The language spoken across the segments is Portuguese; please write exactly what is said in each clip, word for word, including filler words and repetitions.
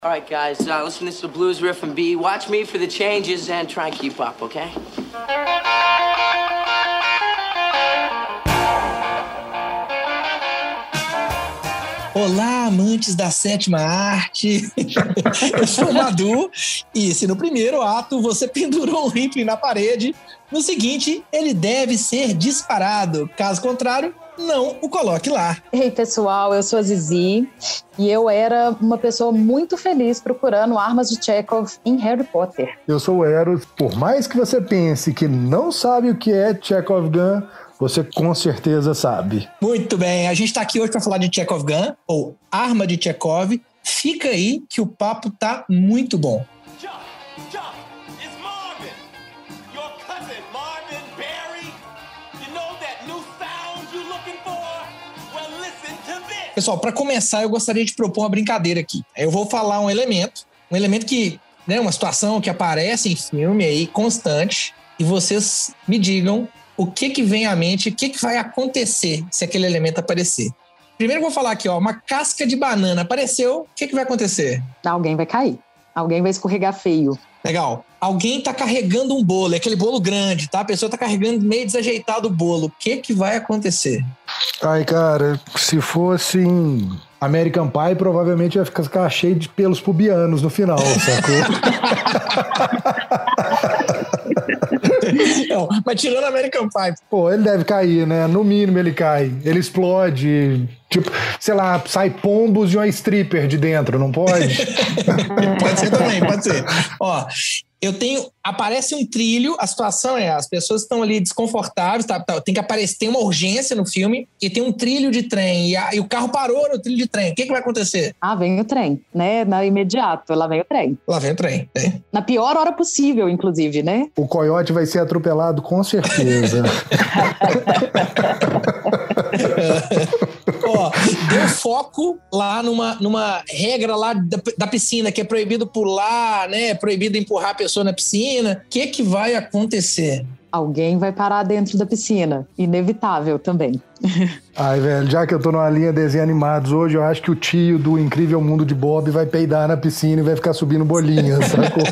All right, guys, uh, listen, this is the blues riff and B. Watch me for the changes and try and keep up, okay? Olá, amantes da sétima arte. Eu sou o Madu e se no primeiro ato você pendurou um rifle na parede, no seguinte ele deve ser disparado. Caso contrário, não o coloque lá. Ei, pessoal, eu sou a Zizi e eu era uma pessoa muito feliz procurando armas de Chekhov em Harry Potter. Eu sou o Eros. Por mais que você pense que não sabe o que é Chekhov Gun, você com certeza sabe. Muito bem, a gente está aqui hoje para falar de Chekhov Gun, ou Arma de Chekhov. Fica aí que o papo tá muito bom. Pessoal, para começar, eu gostaria de propor uma brincadeira aqui. Eu vou falar um elemento, um elemento que, né, uma situação que aparece em filme aí, constante, e vocês me digam o que que vem à mente, o que que vai acontecer se aquele elemento aparecer. Primeiro eu vou falar aqui, ó, uma casca de banana apareceu, o que que vai acontecer? Alguém vai cair, alguém vai escorregar feio. Legal. Alguém tá carregando um bolo, é aquele bolo grande, tá? A pessoa tá carregando meio desajeitado o bolo. O que que vai acontecer? Ai, cara, se fosse em American Pie, provavelmente ia ficar cheio de pelos pubianos no final, sacou? Não, mas tirando American Pie. Pô, ele deve cair, né? No mínimo ele cai. Ele explode. Tipo, sei lá, sai pombos de uma stripper de dentro, não pode? Pode ser também, pode ser. Ó, eu tenho... Aparece um trilho, a situação é, as pessoas estão ali desconfortáveis, tá, tá, tem que aparecer, tem uma urgência no filme, e tem um trilho de trem, e, a, e o carro parou no trilho de trem. O que que vai acontecer? Ah, vem o trem, né? Na imediato, lá vem o trem. Lá vem o trem, né? Na pior hora possível, inclusive, né? O coiote vai ser atropelado, com certeza. Ó, deu foco lá numa, numa regra lá da, da piscina, que é proibido pular, né? É proibido empurrar a pessoa na piscina. O que que vai acontecer? Alguém vai parar dentro da piscina. Inevitável também. Ai, velho, já que eu tô numa linha desenho animados hoje, eu acho que o tio do Incrível Mundo de Bob vai peidar na piscina e vai ficar subindo bolinhas, sacou?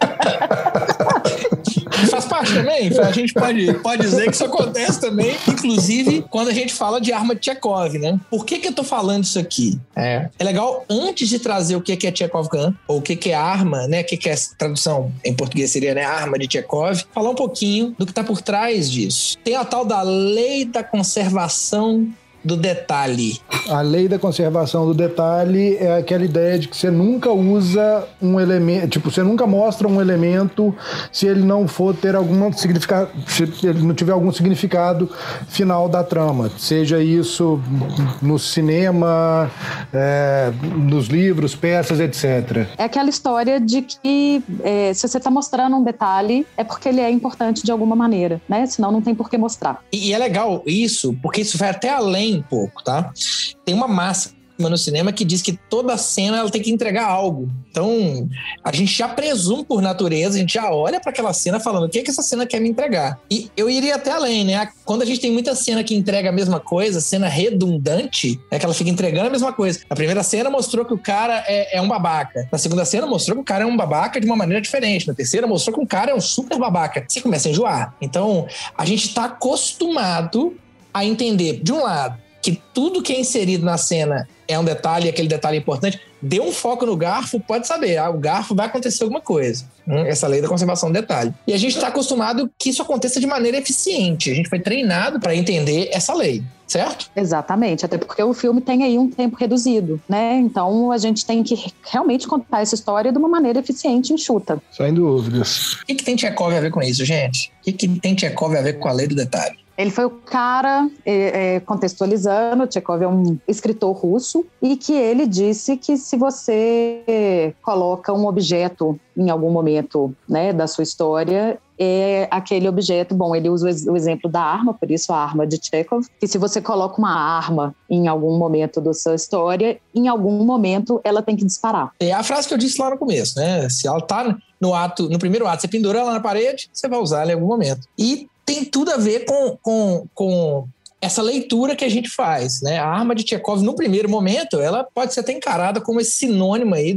Faz parte também, a gente pode, pode dizer que isso acontece também, inclusive quando a gente fala de arma de Chekhov, né? Por que que eu tô falando isso aqui? É, é legal, antes de trazer o que que é Chekhov Gun, ou o que que é arma, né? O que que é tradução em português seria, né? Arma de Chekhov, falar um pouquinho do que tá por trás disso. Tem a tal da lei da conservação do detalhe. A lei da conservação do detalhe é aquela ideia de que você nunca usa um elemento, tipo, você nunca mostra um elemento se ele não for ter algum significado, se ele não tiver algum significado final da trama, seja isso no cinema, é, nos livros, peças, etcétera. É aquela história de que é, se você está mostrando um detalhe, é porque ele é importante de alguma maneira, né? Senão não tem por que mostrar. E, e é legal isso, porque isso vai até além um pouco, tá? Tem uma máxima no cinema que diz que toda cena ela tem que entregar algo. Então, a gente já presume por natureza, a gente já olha para aquela cena falando o que é que essa cena quer me entregar. E eu iria até além, né? Quando a gente tem muita cena que entrega a mesma coisa, cena redundante, é que ela fica entregando a mesma coisa. Na primeira cena mostrou que o cara é, é um babaca. Na segunda cena mostrou que o cara é um babaca de uma maneira diferente. Na terceira mostrou que o cara é um super babaca. Você começa a enjoar. Então, a gente tá acostumado a entender, de um lado, que tudo que é inserido na cena é um detalhe, aquele detalhe importante. Deu um foco no garfo, pode saber, ah, o garfo vai acontecer alguma coisa. Hum, essa lei da conservação do detalhe. E a gente está acostumado que isso aconteça de maneira eficiente. A gente foi treinado para entender essa lei, certo? Exatamente, até porque o filme tem aí um tempo reduzido, né? Então a gente tem que realmente contar essa história de uma maneira eficiente e enxuta. Sem dúvidas. O que, que tem Chekhov a ver com isso, gente? O que, que tem Chekhov a ver com a lei do detalhe? Ele foi o cara, é, é, contextualizando, Chekhov é um escritor russo, e que ele disse que se você coloca um objeto em algum momento, né, da sua história, é aquele objeto, bom, ele usa o exemplo da arma, por isso a arma de Chekhov, que se você coloca uma arma em algum momento da sua história, em algum momento ela tem que disparar. É a frase que eu disse lá no começo, né? Se ela tá no ato, no primeiro ato, você pendura ela na parede, você vai usar ela em algum momento. E tem tudo a ver com, com, com essa leitura que a gente faz, né? A arma de Chekhov, no primeiro momento, ela pode ser até encarada como esse sinônimo aí do,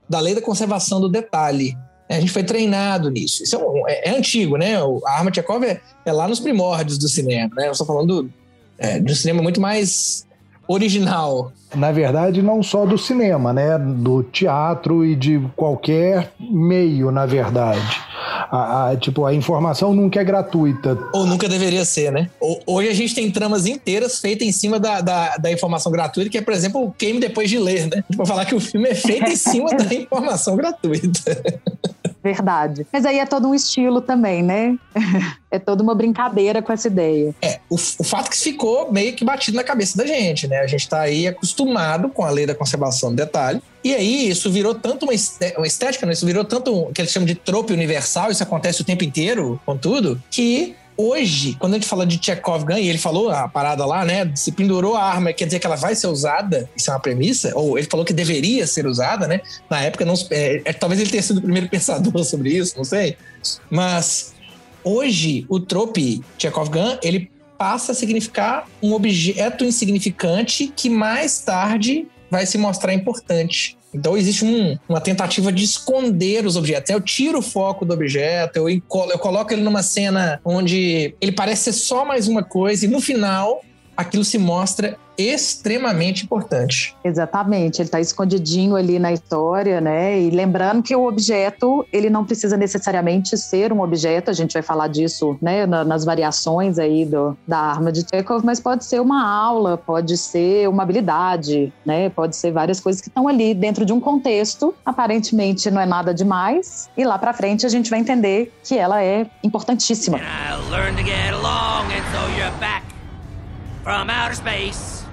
da lei da conservação do detalhe. A gente foi treinado nisso. Isso é, um, é, é antigo, né? A arma de Chekhov é, é lá nos primórdios do cinema, né? Eu estou falando é, de um cinema muito mais original. Na verdade, não só do cinema, né? Do teatro e de qualquer meio, na verdade. A, a, tipo, a informação nunca é gratuita. Ou nunca deveria ser, né? Hoje a gente tem tramas inteiras feitas em cima da, da, da informação gratuita, que é, por exemplo, o queime depois de ler, né? Tipo, falar que o filme é feito em cima da informação gratuita. Verdade. Mas aí é todo um estilo também, né? É toda uma brincadeira com essa ideia. É, o, o fato que ficou meio que batido na cabeça da gente, né? A gente tá aí acostumado com a lei da conservação do detalhe. E aí isso virou tanto uma, esté- uma estética, né? Isso virou tanto o que eles chamam de trope universal, isso acontece o tempo inteiro com tudo, que hoje, quando a gente fala de Chekhov Gun, e ele falou a parada lá, né? Se pendurou a arma, quer dizer que ela vai ser usada, isso é uma premissa, ou ele falou que deveria ser usada, né? Na época, não, é, é, talvez ele tenha sido o primeiro pensador sobre isso, não sei. Mas hoje, o trope Chekhov Gun, ele passa a significar um objeto insignificante que mais tarde vai se mostrar importante. Então existe um, uma tentativa de esconder os objetos. Eu tiro o foco do objeto, eu, eu coloco ele numa cena onde ele parece ser só mais uma coisa e no final aquilo se mostra extremamente importante. Exatamente, ele está escondidinho ali na história, né? E lembrando que o objeto, ele não precisa necessariamente ser um objeto, a gente vai falar disso, né, nas variações aí do, da arma de Chekhov, mas pode ser uma aula, pode ser uma habilidade, né? Pode ser várias coisas que estão ali dentro de um contexto, aparentemente não é nada demais, e lá pra frente a gente vai entender que ela é importantíssima. I'll learn to get along, and so you're back from outer space.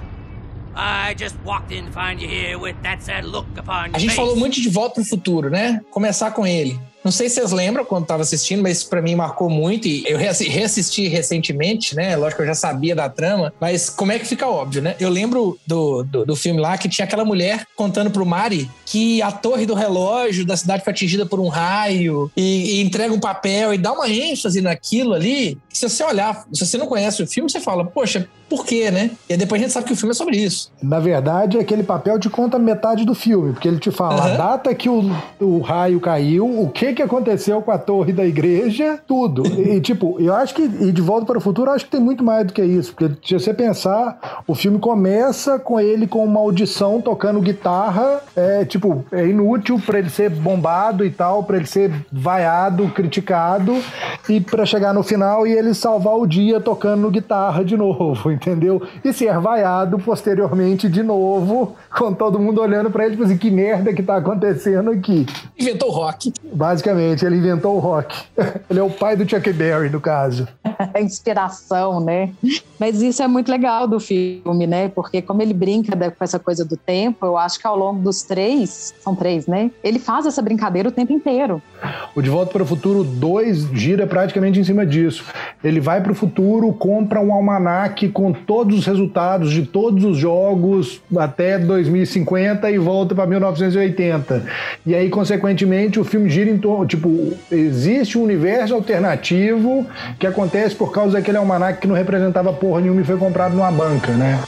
I just walked in to find you here with that sad look upon your A gente face. falou muito de Volta pro Futuro, né? Começar com ele. Não sei se vocês lembram quando estava assistindo, mas isso pra mim marcou muito e eu reassisti recentemente, né? Lógico que eu já sabia da trama, mas como é que fica óbvio, né? Eu lembro do, do, do filme lá que tinha aquela mulher contando pro Mari que a torre do relógio da cidade foi atingida por um raio e, e entrega um papel e dá uma ênfase naquilo ali, que se você olhar, se você não conhece o filme, você fala, poxa, por quê, né? E aí depois a gente sabe que o filme é sobre isso. Na verdade, aquele papel te conta metade do filme, porque ele te fala Uhum. a data que o, o raio caiu, o que que aconteceu com a torre da igreja, tudo. E tipo, eu acho que, e De Volta para o Futuro, eu acho que tem muito mais do que isso, porque se você pensar, o filme começa com ele com uma audição tocando guitarra, é tipo, é inútil pra ele ser bombado e tal, pra ele ser vaiado, criticado, e pra chegar no final e ele salvar o dia tocando guitarra de novo, entendeu? E ser vaiado posteriormente de novo, com todo mundo olhando pra ele, tipo assim, que merda que tá acontecendo aqui. Inventou o rock. Basicamente, ele inventou o rock. Ele é o pai do Chuck Berry, no caso. A inspiração, né? Mas isso é muito legal do filme, né? Porque como ele brinca com essa coisa do tempo, eu acho que ao longo dos três, são três, né? Ele faz essa brincadeira o tempo inteiro. O De Volta para o Futuro dois gira praticamente em cima disso. Ele vai para o futuro, compra um almanaque com todos os resultados de todos os jogos até dois mil e cinquenta e volta para mil novecentos e oitenta. E aí, consequentemente, o filme gira em torno... Tipo, existe um universo alternativo que acontece por causa daquele almanaque que não representava porra nenhuma e foi comprado numa banca, né?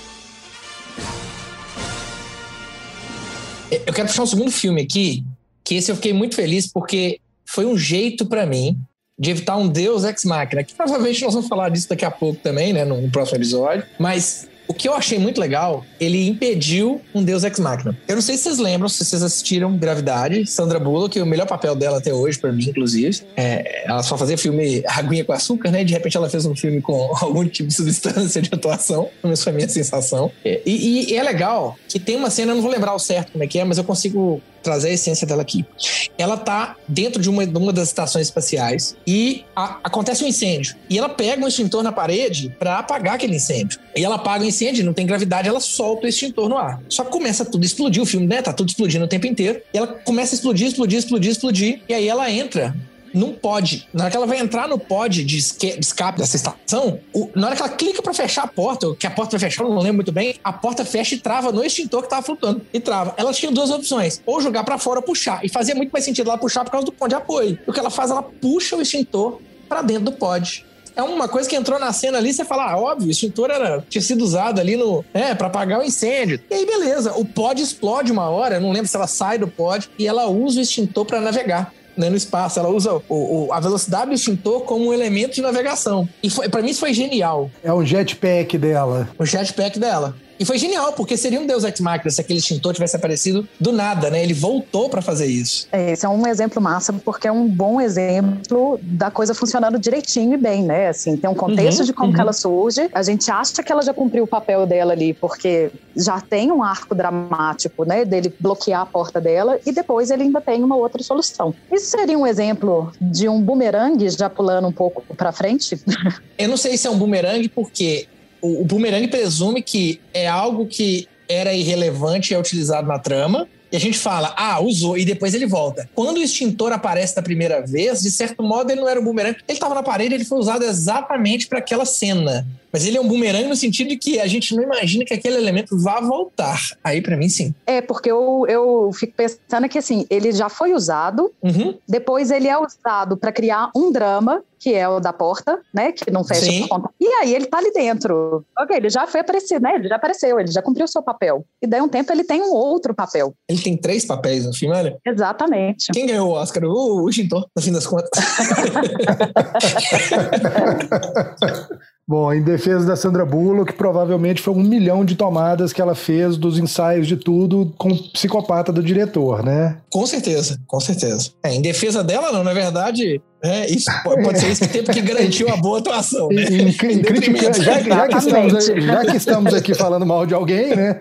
Eu quero puxar um segundo filme aqui, que esse eu fiquei muito feliz porque foi um jeito pra mim de evitar um Deus Ex Machina, que provavelmente nós vamos falar disso daqui a pouco também, né, no, no próximo episódio, mas o que eu achei muito legal, ele impediu um Deus Ex Machina. Eu não sei se vocês lembram, se vocês assistiram Gravidade, Sandra Bullock, o melhor papel dela até hoje, pra mim, inclusive. É, ela só fazia filme Aguinha com Açúcar, né? De repente ela fez um filme com algum tipo de substância de atuação. Essa foi a minha sensação. E, e, e é legal que tem uma cena, eu não vou lembrar o certo como é que é, mas eu consigo trazer a essência dela aqui. Ela tá dentro de uma, de uma das estações espaciais e a, acontece um incêndio. E ela pega um extintor na parede pra apagar aquele incêndio. E ela apaga o incêndio, não tem gravidade, ela solta o extintor no ar. Só que começa tudo a explodir, o filme, né? Tá tudo explodindo o tempo inteiro. E ela começa a explodir, explodir, explodir, explodir. E aí ela entra num pod. Na hora que ela vai entrar no pod de escape dessa estação, o, na hora que ela clica pra fechar a porta, que a porta vai fechar, eu não lembro muito bem, a porta fecha e trava no extintor que tava flutuando. E trava. Ela tinha duas opções. Ou jogar pra fora ou puxar. E fazia muito mais sentido ela puxar por causa do ponto de apoio. O que ela faz, ela puxa o extintor pra dentro do pod. é uma coisa que entrou na cena ali, você fala, ah, óbvio, o extintor era, tinha sido usado ali no, é, pra apagar o incêndio. E aí, beleza, o pod explode uma hora, eu não lembro se ela sai do pod, e ela usa o extintor pra navegar. Né, no espaço, ela usa o, o, a velocidade do extintor como um elemento de navegação. E foi, pra mim isso foi genial. É um jetpack dela. O jetpack dela. E foi genial, porque seria um Deus Ex Machina se aquele extintor tivesse aparecido do nada, né? Ele voltou pra fazer isso. Esse é um exemplo massa, porque é um bom exemplo da coisa funcionando direitinho e bem, né? Assim, tem um contexto uhum, de como uhum. que ela surge. A gente acha que ela já cumpriu o papel dela ali, porque já tem um arco dramático, né? Dele bloquear a porta dela, e depois ele ainda tem uma outra solução. Isso seria um exemplo de um bumerangue, já pulando um pouco pra frente? Eu não sei se é um bumerangue, porque o, o bumerangue presume que é algo que era irrelevante e é utilizado na trama. E a gente fala, ah, usou, e depois ele volta. Quando o extintor aparece da primeira vez, de certo modo ele não era um bumerangue. Ele estava na parede, ele foi usado exatamente para aquela cena. Mas ele é um bumerangue no sentido de que a gente não imagina que aquele elemento vá voltar. Aí, pra mim, sim. É, porque eu, eu fico pensando que, assim, ele já foi usado, uhum. depois ele é usado para criar um drama, que é o da porta, né, que não fecha por conta. E aí ele tá ali dentro. Ok, ele já foi aparecido, né, ele já apareceu, ele já cumpriu o seu papel. E daí um tempo ele tem um outro papel. Ele tem três papéis no filme, olha. Exatamente. Quem ganhou o Oscar? O, o extintor, no fim das contas. Bom, em defesa da Sandra Bullock, provavelmente foi um milhão de tomadas que ela fez dos ensaios de tudo com o psicopata do diretor, né? Com certeza, com certeza. É, em defesa dela, não, na verdade... É, isso pode, pode ser isso que teve que garantir uma boa atuação, né? Em, em, em critica, já, já, que estamos, já que estamos aqui falando mal de alguém, né?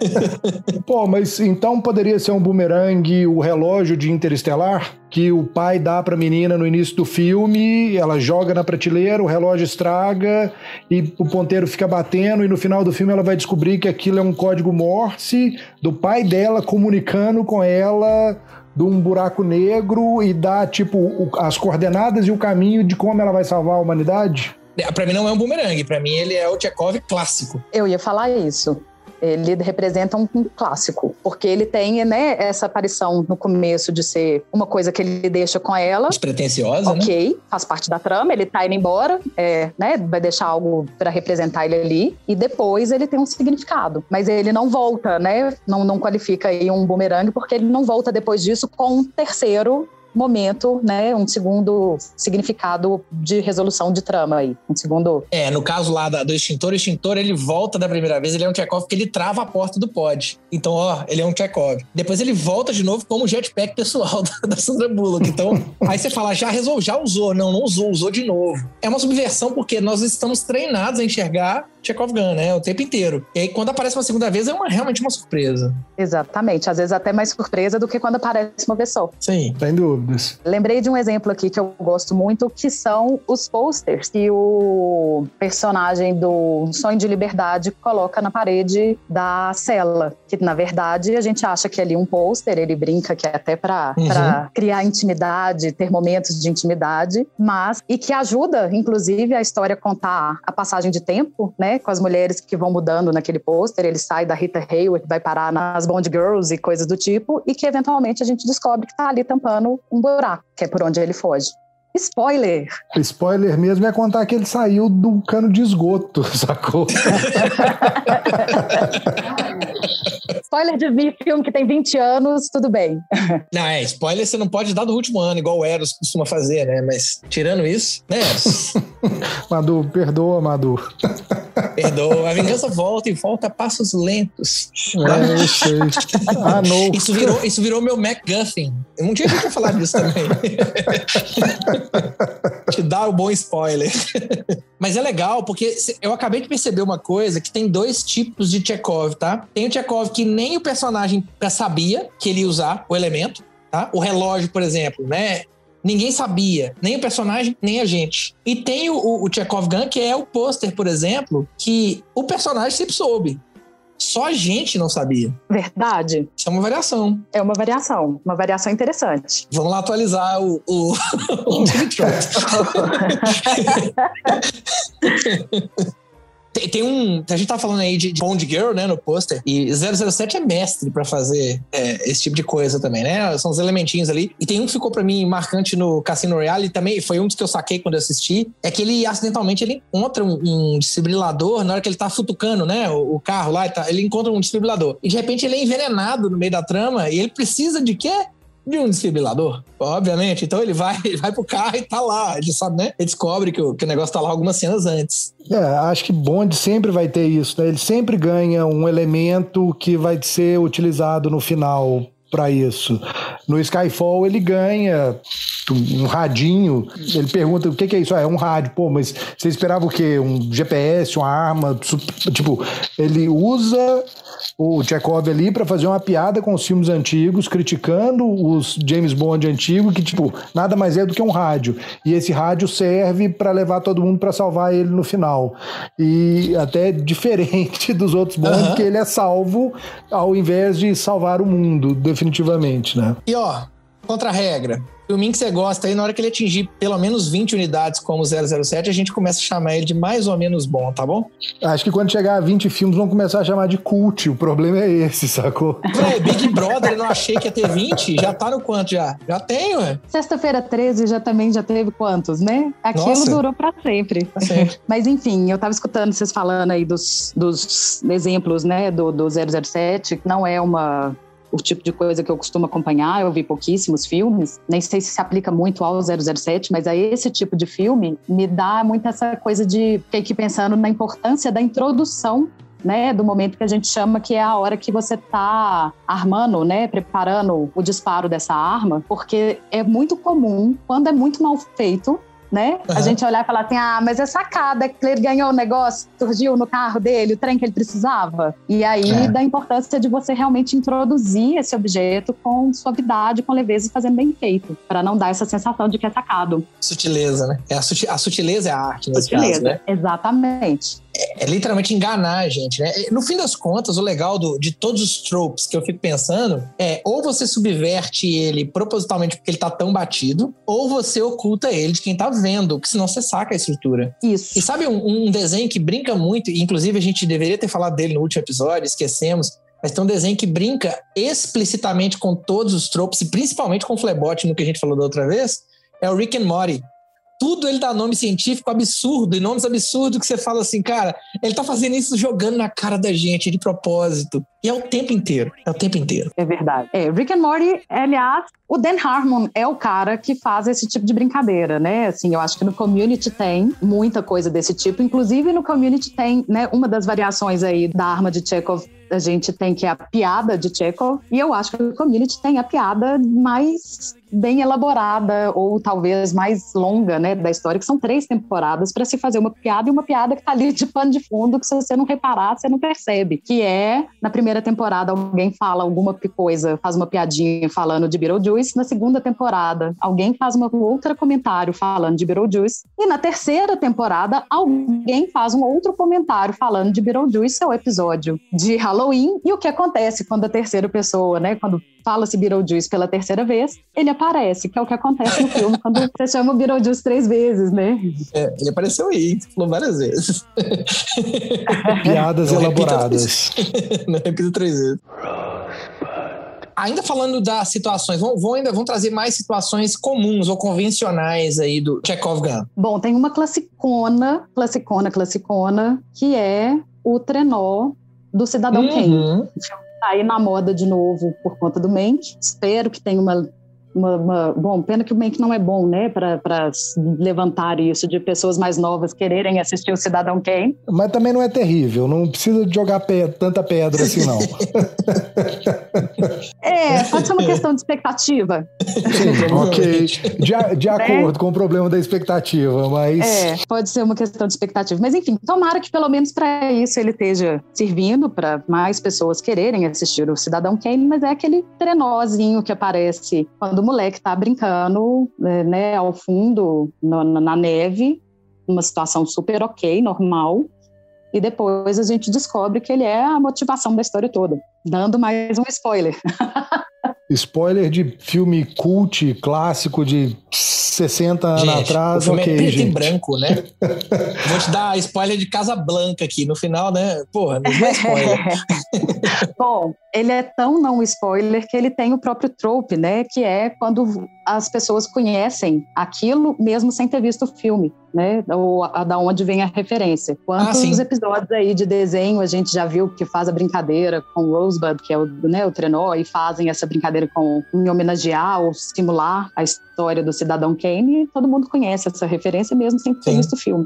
Pô, mas então poderia ser um bumerangue o relógio de Interestelar, que o pai dá pra menina no início do filme, ela joga na prateleira, o relógio estraga e o ponteiro fica batendo, e no final do filme ela vai descobrir que aquilo é um código Morse do pai dela comunicando com ela de um buraco negro e dá, tipo, o, as coordenadas e o caminho de como ela vai salvar a humanidade? Pra mim não é um bumerangue, pra mim ele é o Chekhov clássico. Eu ia falar isso. Ele representa um, um clássico, porque ele tem, né, essa aparição no começo de ser uma coisa que ele deixa com ela. Despretensiosa, ok, né? Faz parte da trama, ele tá indo embora, é, né, vai deixar algo para representar ele ali, e depois ele tem um significado. Mas ele não volta, né, não, não qualifica aí um bumerangue, porque ele não volta depois disso com um terceiro momento, né, um segundo significado de resolução de trama aí, um segundo... É, no caso lá da, do extintor, o extintor, ele volta da primeira vez, ele é um Chekhov porque ele trava a porta do pod. Então, ó, ele é um Chekhov. Depois ele volta de novo como o jetpack pessoal da, da Sandra Bullock. Então, aí você fala, já resolveu, já usou. Não, não usou, usou de novo. É uma subversão porque nós estamos treinados a enxergar Chekhov Gun, né, o tempo inteiro. E aí, quando aparece uma segunda vez, é uma, realmente uma surpresa. Exatamente, às vezes até mais surpresa do que quando aparece uma vez só. Sim. Sem dúvidas. Lembrei de um exemplo aqui que eu gosto muito, que são os posters que o personagem do Sonho de Liberdade coloca na parede da cela. Que, na verdade, a gente acha que é ali um pôster, ele brinca que é até pra, uhum. pra criar intimidade, ter momentos de intimidade, mas, e que ajuda, inclusive, a história a contar a passagem de tempo, né, com as mulheres que vão mudando naquele pôster. Ele sai da Rita Hayworth, vai parar nas Bond Girls e coisas do tipo, e que, eventualmente, a gente descobre que tá ali tampando um buraco, que é por onde ele foge. Spoiler! Spoiler mesmo é contar que ele saiu do cano de esgoto, sacou? Spoiler de filme que tem vinte anos, tudo bem. Não, é, spoiler você não pode dar do último ano, igual o Eros costuma fazer, né? Mas, tirando isso, né, Eros? Madu, perdoa, Madu. Perdoa. A vingança volta e volta a passos lentos. É, eu sei. Ah, não. Isso virou, isso virou meu MacGuffin. Um dia a gente vai falar disso também. Te dá o um bom spoiler. Mas é legal, porque eu acabei de perceber uma coisa, que tem dois tipos de Chekhov, tá? Tem o Chekhov que nem o personagem sabia que ele ia usar o elemento, tá? O relógio, por exemplo, né? Ninguém sabia, nem o personagem, nem a gente. E tem o, o, o Chekhov Gun, que é o pôster, por exemplo, que o personagem sempre soube. Só a gente não sabia. Verdade. Isso é uma variação. É uma variação. Uma variação interessante. Vamos lá atualizar o... o, o Tem, tem um... A gente tá falando aí de, de Bond Girl, né, no pôster, e zero zero sete é mestre pra fazer é, esse tipo de coisa também, né? São os elementinhos ali. E tem um que ficou pra mim marcante no Cassino Royale, e também foi um dos que eu saquei quando eu assisti, é que ele, acidentalmente, ele encontra um, um desfibrilador na hora que ele tá futucando, né, o, o carro lá, ele, tá, ele encontra um desfibrilador. E, de repente, ele é envenenado no meio da trama, e ele precisa de quê? De um desfibrilador, obviamente. Então ele vai, ele vai pro carro e tá lá. A gente sabe, né? Ele descobre que o, que o negócio tá lá algumas cenas antes. É, acho que Bond sempre vai ter isso, né? Ele sempre ganha um elemento que vai ser utilizado no final para isso. No Skyfall ele ganha um radinho, ele pergunta o que, que é isso? Ah, é um rádio. Pô, mas você esperava o quê? Um G P S, uma arma? Tipo, ele usa o Chekhov ali para fazer uma piada com os filmes antigos, criticando os James Bond antigos, que tipo, nada mais é do que um rádio. E esse rádio serve para levar todo mundo para salvar ele no final. E até diferente dos outros Bond, uhum. que ele é salvo ao invés de salvar o mundo, definitivamente, né? E ó, contra a regra, filminho que você gosta aí, na hora que ele atingir pelo menos vinte unidades como zero zero sete, a gente começa a chamar ele de mais ou menos bom, tá bom? Acho que quando chegar a vinte filmes, vão começar a chamar de cult. O problema é esse, sacou? Véi, Big Brother, eu não achei que ia ter vinte, já tá no quanto já? Já tem, ué. Sexta-feira treze já também já teve quantos, né? Aquilo Nossa. durou pra sempre. Pra sempre. Mas enfim, eu tava escutando vocês falando aí dos, dos exemplos, né, do, do zero zero sete, que não é uma... o tipo de coisa que eu costumo acompanhar, eu vi pouquíssimos filmes, nem sei se se aplica muito ao zero zero sete, mas a esse tipo de filme me dá muito essa coisa de fiquei aqui pensando na importância da introdução, né, do momento que a gente chama que é a hora que você tá armando, né, preparando o disparo dessa arma, porque é muito comum, quando é muito mal feito, né? Uhum. A gente olhar e falar assim, ah, mas é sacada que ele ganhou o negócio, surgiu no carro dele, o trem que ele precisava. E aí, é. da importância de você realmente introduzir esse objeto com suavidade, com leveza e fazendo bem feito, para não dar essa sensação de que é sacado. Sutileza, né? É a, suti- a sutileza é a arte, nesse sutileza, caso, né? Exatamente. É, é literalmente enganar a gente, né? No fim das contas, o legal do, de todos os tropes que eu fico pensando é ou você subverte ele propositalmente porque ele tá tão batido, ou você oculta ele de quem tá vendo, porque senão você saca a estrutura. Isso. E sabe um, um desenho que brinca muito, e inclusive a gente deveria ter falado dele no último episódio, esquecemos, mas tem um desenho que brinca explicitamente com todos os tropes, e principalmente com o Flebot, no que a gente falou da outra vez, é o Rick and Morty. Tudo ele dá nome científico absurdo, e nomes absurdos que você fala assim, cara, ele tá fazendo isso jogando na cara da gente, de propósito. E é o tempo inteiro, é o tempo inteiro. É verdade. É, Rick and Morty, aliás, o Dan Harmon é o cara que faz esse tipo de brincadeira, né? Assim, eu acho que no Community tem muita coisa desse tipo. Inclusive, no Community tem, né, uma das variações aí da arma de Chekhov, a gente tem que é a piada de Chekhov, e eu acho que o Community tem a piada mais bem elaborada, ou talvez mais longa, né, da história, que são três temporadas para se fazer uma piada, e uma piada que tá ali de pano de fundo, que se você não reparar, você não percebe. Que é, na primeira temporada, alguém fala alguma coisa, faz uma piadinha falando de Beetlejuice, na segunda temporada, alguém faz um outro comentário falando de Beetlejuice, e na terceira temporada, alguém faz um outro comentário falando de Beetlejuice, é o episódio de Halloween, e o que acontece quando a terceira pessoa, né, quando fala-se Beetlejuice pela terceira vez, ele aparece, que é o que acontece no filme quando você chama o Beetlejuice três vezes, né? É, ele apareceu aí, falou várias vezes. Piadas elaboradas. Não repito três vezes. Ainda falando das situações, vamos, vamos, ainda, vamos trazer mais situações comuns ou convencionais aí do Chekhov Gun. Bom, tem uma classicona, classicona, classicona, que é o trenó do Cidadão uhum. Kane. Tá aí na moda de novo por conta do Mank. Espero que tenha uma, uma, uma... Bom, pena que o Mank não é bom, né? Para levantar isso de pessoas mais novas quererem assistir o Cidadão Kane. Mas também não é terrível. Não precisa jogar pe- tanta pedra assim, não. É, pode ser uma questão de expectativa. Sim, ok. De, de acordo é. com o problema da expectativa, mas... É, pode ser uma questão de expectativa. Mas enfim, tomara que pelo menos para isso ele esteja servindo para mais pessoas quererem assistir o Cidadão Kane, mas é aquele trenózinho que aparece quando o moleque tá brincando, né, ao fundo, no, na neve, numa situação super ok, normal, e depois a gente descobre que ele é a motivação da história toda, dando mais um spoiler. Spoiler de filme cult, clássico de sessenta anos Gente, atrás, o filme ok, é preto gente. e branco, né? Vou te dar spoiler de Casablanca aqui. No final, né? Porra, não é spoiler. Bom, ele é tão não spoiler que ele tem o próprio trope, né? Que é quando as pessoas conhecem aquilo mesmo sem ter visto o filme, né? Ou a, da onde vem a referência. Quantos Ah, episódios aí de desenho a gente já viu que faz a brincadeira com o Rosebud, que é o, né, o trenó, e fazem essa brincadeira com, em homenagear ou simular a história do Cidadão Kane, e todo mundo conhece essa referência mesmo sem ter Sim. visto o filme.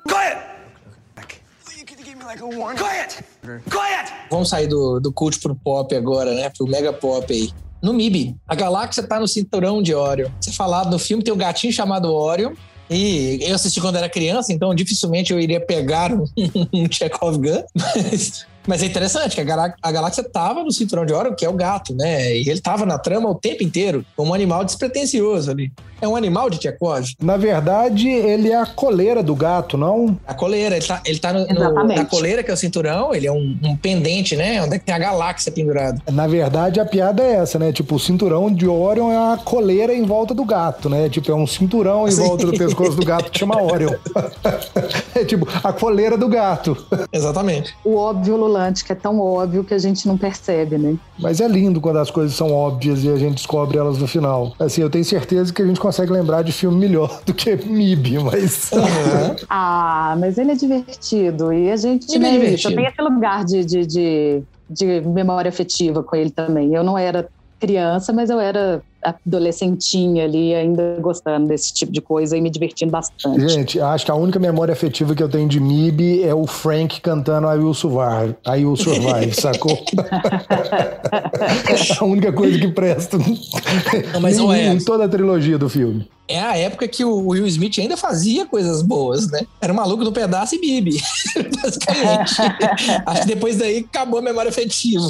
Vamos sair do, do cult pro pop agora, né? Pro mega pop aí. No M I B, a galáxia tá no cinturão de Orion. Você falado no filme, tem um gatinho chamado Orion. E eu assisti quando era criança, então dificilmente eu iria pegar um, um Chekhov Gun. Mas, mas é interessante que a, galá- a galáxia tava no cinturão de Orion, que é o gato, né? E ele tava na trama o tempo inteiro, como um animal despretensioso ali. É um animal de Chekhov. Na verdade, ele é a coleira do gato, não? A coleira, ele tá, ele tá no, no, Exatamente. na coleira, que é o cinturão, ele é um, um pendente, né? Onde é que tem a galáxia pendurada. Na verdade, a piada é essa, né? Tipo, o cinturão de Orion é a coleira em volta do gato, né? Tipo, é um cinturão em Sim. volta do pescoço do gato que chama Orion. É tipo, a coleira do gato. Exatamente. O óbvio ululante, que é tão óbvio que a gente não percebe, né? Mas é lindo quando as coisas são óbvias e a gente descobre elas no final. Assim, eu tenho certeza que a gente consegue lembrar de filme melhor do que M I B, mas... Uhum. Ah, mas ele é divertido. E a gente, Ele é né, divertido. eu tenho esse lugar de, de, de, de memória afetiva com ele também. Eu não era criança, mas eu era adolescentinha ali, ainda gostando desse tipo de coisa e me divertindo bastante. Gente, acho que a única memória afetiva que eu tenho de M I B é o Frank cantando I Will Survive, I Will Survive, sacou? É a única coisa que presta Não, mas em, não é. em toda a trilogia do filme. É a época que o Will Smith ainda fazia coisas boas, né? Era o maluco do pedaço e M I B, basicamente. Acho que depois daí acabou a memória afetiva.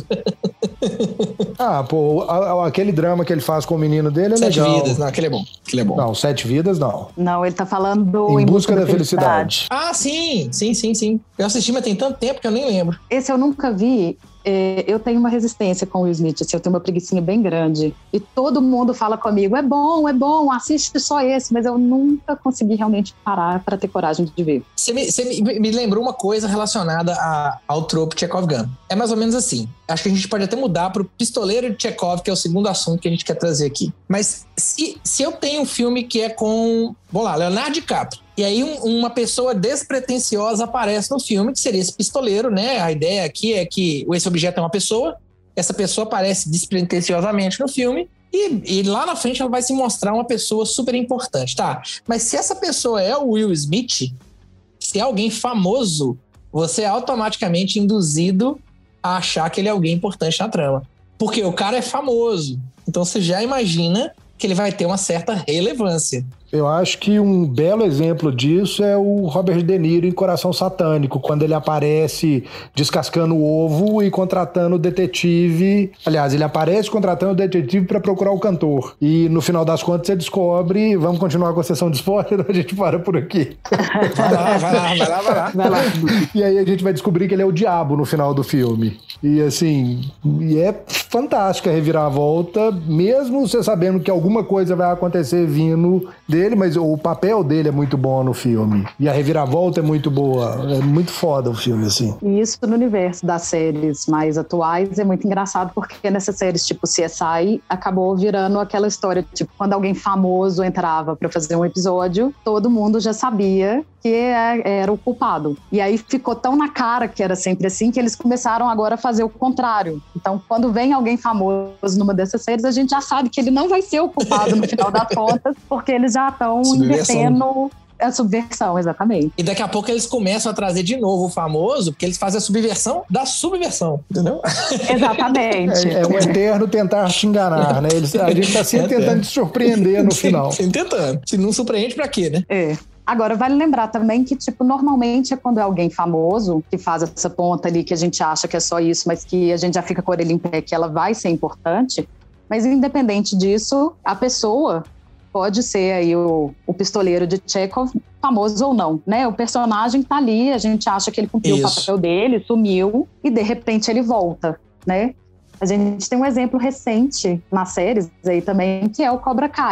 Ah, pô, a- a- aquele drama que ele faz com o menino dele é Sete legal. vidas, não, aquele é bom. Aquele é bom. Não, Sete Vidas não. Não, ele tá falando do Em Busca da Felicidade. Ah, sim, sim, sim, sim. Eu assisti, mas tem tanto tempo que eu nem lembro. Esse eu nunca vi. É, eu tenho uma resistência com o Will Smith, assim, eu tenho uma preguicinha bem grande. E todo mundo fala comigo, é bom, é bom, assiste só esse. Mas eu nunca consegui realmente parar para ter coragem de ver. Você me, você me, me lembrou uma coisa relacionada a, ao trope Chekhov Gun. É mais ou menos assim. Acho que a gente pode até mudar para o Pistoleiro de Chekhov, que é o segundo assunto que a gente quer trazer aqui. Mas se, se eu tenho um filme que é com, vamos lá, Leonardo DiCaprio, e aí um, uma pessoa despretensiosa aparece no filme, que seria esse pistoleiro, né? A ideia aqui é que esse objeto é uma pessoa, essa pessoa aparece despretensiosamente no filme, e, e lá na frente ela vai se mostrar uma pessoa super importante, tá? Mas se essa pessoa é o Will Smith, se é alguém famoso, você é automaticamente induzido a achar que ele é alguém importante na trama. Porque o cara é famoso. Então você já imagina que ele vai ter uma certa relevância. Eu acho que um belo exemplo disso é o Robert De Niro em Coração Satânico, quando ele aparece descascando o ovo e contratando o detetive. Aliás, ele aparece contratando o detetive para procurar o cantor. E no final das contas você descobre... Vamos continuar com a sessão de spoiler ou a gente para por aqui? Vai lá, vai lá, vai lá, vai lá. Vai lá. E aí a gente vai descobrir que ele é o diabo no final do filme. E assim, e é fantástica a reviravolta, mesmo você sabendo que alguma coisa vai acontecer vindo dele, mas o papel dele é muito bom no filme. E a reviravolta é muito boa. É muito foda o filme, assim. E isso no universo das séries mais atuais é muito engraçado, porque nessas séries tipo C S I acabou virando aquela história, tipo, quando alguém famoso entrava pra fazer um episódio, todo mundo já sabia que era o culpado. E aí ficou tão na cara que era sempre assim, que eles começaram agora a fazer o contrário. Então, quando vem alguém famoso numa dessas séries, a gente já sabe que ele não vai ser o culpado no final das contas, porque eles já estão invertendo a subversão, exatamente. E daqui a pouco eles começam a trazer de novo o famoso, porque eles fazem a subversão da subversão, entendeu? Exatamente. É, é um eterno tentar te enganar, né? Eles, a gente tá sempre É tentando te surpreender no final. Sempre tentando. Se não surpreende, pra quê, né? É. Agora, vale lembrar também que, tipo, normalmente é quando é alguém famoso que faz essa ponta ali que a gente acha que é só isso, mas que a gente já fica com a orelha em pé, que ela vai ser importante. Mas, independente disso, a pessoa pode ser aí o, o pistoleiro de Chekhov, famoso ou não, né? O personagem tá ali, a gente acha que ele cumpriu Isso. o papel dele, sumiu, e de repente ele volta, né? A gente tem um exemplo recente nas séries aí também, que é o Cobra Kai.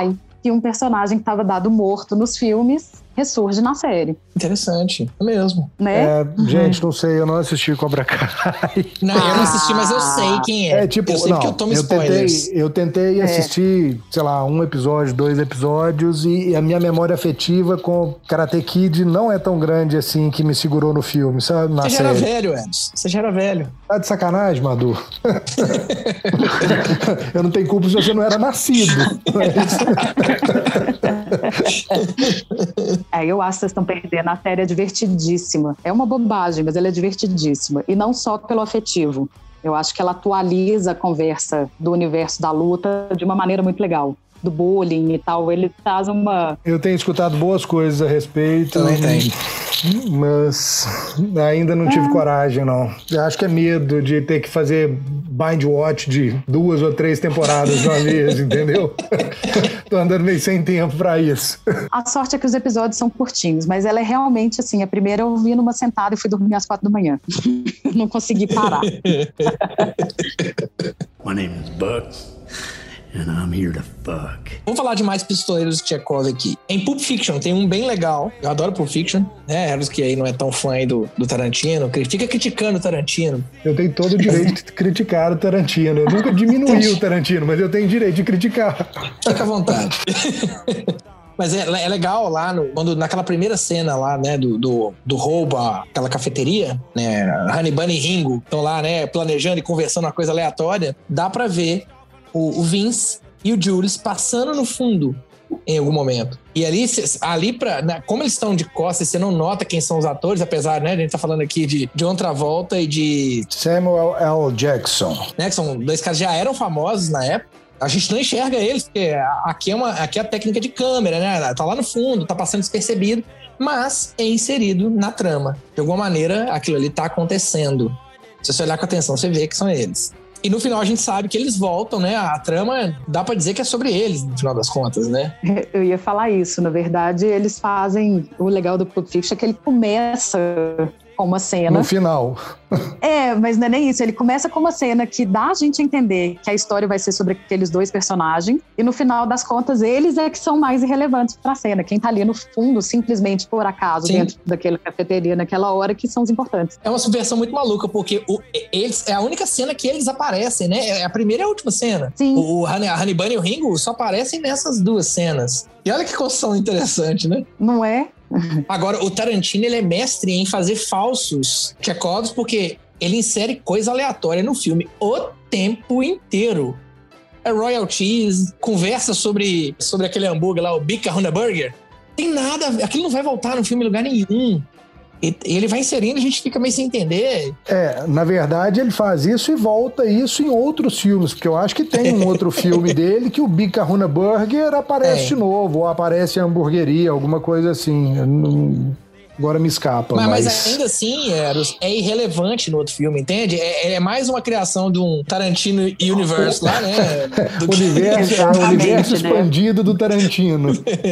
que um personagem que estava dado morto nos filmes ressurge na série. Interessante, é mesmo. Né? É, gente, não sei, eu não assisti Cobra Kai. Não, eu não assisti, mas eu sei quem é. É tipo, eu sei não, porque eu tomo eu spoilers. tentei, eu tentei É. assistir, sei lá, um episódio, dois episódios, e a minha memória afetiva com Karate Kid não é tão grande assim que me segurou no filme, sabe? Na Você já série. era velho, Edson. Você já era velho. Tá de sacanagem, Madu? Eu não tenho culpa se você não era nascido. É, eu acho que vocês estão perdendo. A série é divertidíssima. É uma bobagem, mas ela é divertidíssima. E não só pelo afetivo. Eu acho que ela atualiza a conversa do universo da luta de uma maneira muito legal. Do bullying e tal. Ele traz uma... Eu tenho escutado boas coisas a respeito. Também tem. Mas ainda não tive coragem, não. Eu acho que é medo de ter que fazer bind watch de duas ou três temporadas de uma vez, entendeu? Tô andando meio sem tempo pra isso. A sorte é que os episódios são curtinhos, mas ela é realmente assim, a primeira eu vi numa sentada e fui dormir às quatro da manhã. Não consegui parar. My name is Buck, and I'm here to fuck. Vamos falar de mais pistoleiros de Chekhov aqui. Em Pulp Fiction tem um bem legal. Eu adoro Pulp Fiction, né? Eros que aí não é tão fã aí do, do Tarantino, fica criticando o Tarantino. Eu tenho todo o direito de criticar o Tarantino. Eu nunca diminuí o Tarantino, mas eu tenho direito de criticar. Fica à vontade. Mas é, é legal lá, no, quando, naquela primeira cena lá, né, do, do, do roubo àquela cafeteria, né, Honey Bunny e Ringo estão lá, né, planejando e conversando uma coisa aleatória, dá pra ver o, o Vince e o Jules passando no fundo em algum momento. E ali, ali pra, né, como eles estão de costas, você não nota quem são os atores, apesar, né, a gente tá falando aqui de John Travolta e de... Samuel L. Jackson. Né, que são dois caras que já eram famosos na época. A gente não enxerga eles, porque aqui é, uma, aqui é a técnica de câmera, né? Tá lá no fundo, tá passando despercebido, mas é inserido na trama. De alguma maneira, aquilo ali tá acontecendo. Se você olhar com atenção, você vê que são eles. E no final a gente sabe que eles voltam, né? A trama, dá pra dizer que é sobre eles, no final das contas, né? Eu ia falar isso. Na verdade, eles fazem... O legal do Pulp Fiction é que ele começa com uma cena... No final. É, mas não é nem isso. Ele começa com uma cena que dá a gente a entender que a história vai ser sobre aqueles dois personagens e no final das contas, eles é que são mais irrelevantes pra cena. Quem tá ali no fundo, simplesmente por acaso, Sim. dentro daquela cafeteria naquela hora, que são os importantes. É uma subversão muito maluca, porque o, eles, é a única cena que eles aparecem, né? É a primeira e a última cena. Sim. O, o Honey, a Honey Bunny e o Ringo só aparecem nessas duas cenas. E olha que construção interessante, né? Não é? Agora, o Tarantino, ele é mestre em fazer falsos Chekhovs, porque ele insere coisa aleatória no filme o tempo inteiro. É Royal Cheese, conversa sobre, sobre aquele hambúrguer lá, o Big Kahuna Burger. Tem nada, aquilo não vai voltar no filme em lugar nenhum. E ele vai inserindo, a gente fica meio sem entender. É, na verdade ele faz isso e volta isso em outros filmes, porque eu acho que tem um outro filme dele que o Big Kahuna Burger aparece é. de novo, ou aparece a hamburgueria, alguma coisa assim. Eu não... Agora me escapa. Mas, mas... mas ainda assim, Eros, é irrelevante no outro filme, entende? É, é mais uma criação de um Tarantino Universe lá, né? Do o universo, é o universo expandido, né? Do Tarantino.